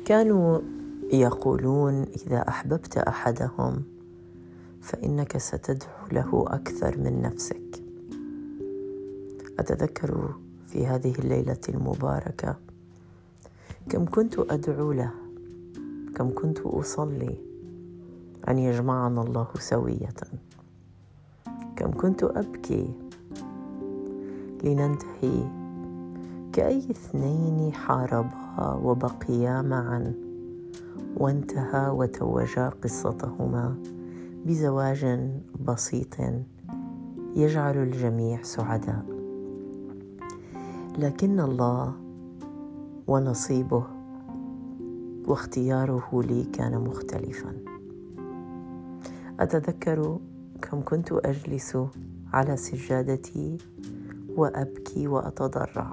كانوا يقولون إذا أحببت أحدهم فإنك ستدعو له أكثر من نفسك. أتذكر في هذه الليلة المباركة كم كنت أدعو له، كم كنت أصلي أن يجمعنا الله سوية، كم كنت أبكي لننتهي كأي اثنين حاربا وبقيا معا وانتهى وتوجا قصتهما بزواج بسيط يجعل الجميع سعداء. لكن الله ونصيبه واختياره لي كان مختلفا. أتذكر كم كنت أجلس على سجادتي وأبكي وأتضرع.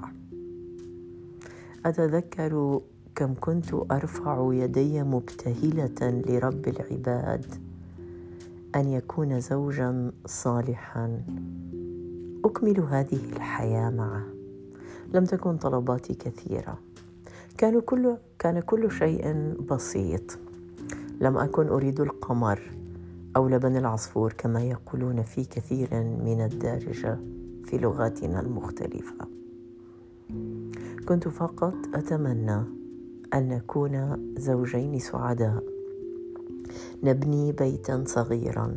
أتذكر كم كنت أرفع يدي مبتهلة لرب العباد أن يكون زوجا صالحا أكمل هذه الحياة معه. لم تكن طلباتي كثيرة، كان كل شيء بسيط. لم أكن أريد القمر أو لبن العصفور كما يقولون في كثير من الدارجة في لغاتنا المختلفة. كنت فقط أتمنى أن نكون زوجين سعداء، نبني بيتا صغيرا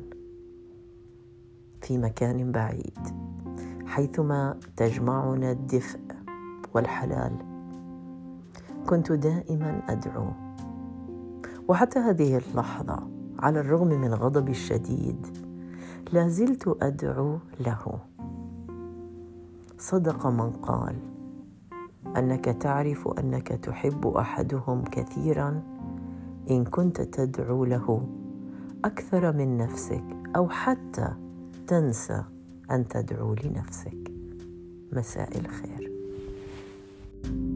في مكان بعيد حيثما تجمعنا الدفء والحلال. كنت دائما أدعو، وحتى هذه اللحظة على الرغم من غضبي الشديد لا زلت أدعو له. صدق من قال أنك تعرف أنك تحب أحدهم كثيرا إن كنت تدعو له أكثر من نفسك، أو حتى تنسى أن تدعو لنفسك. مساء الخير.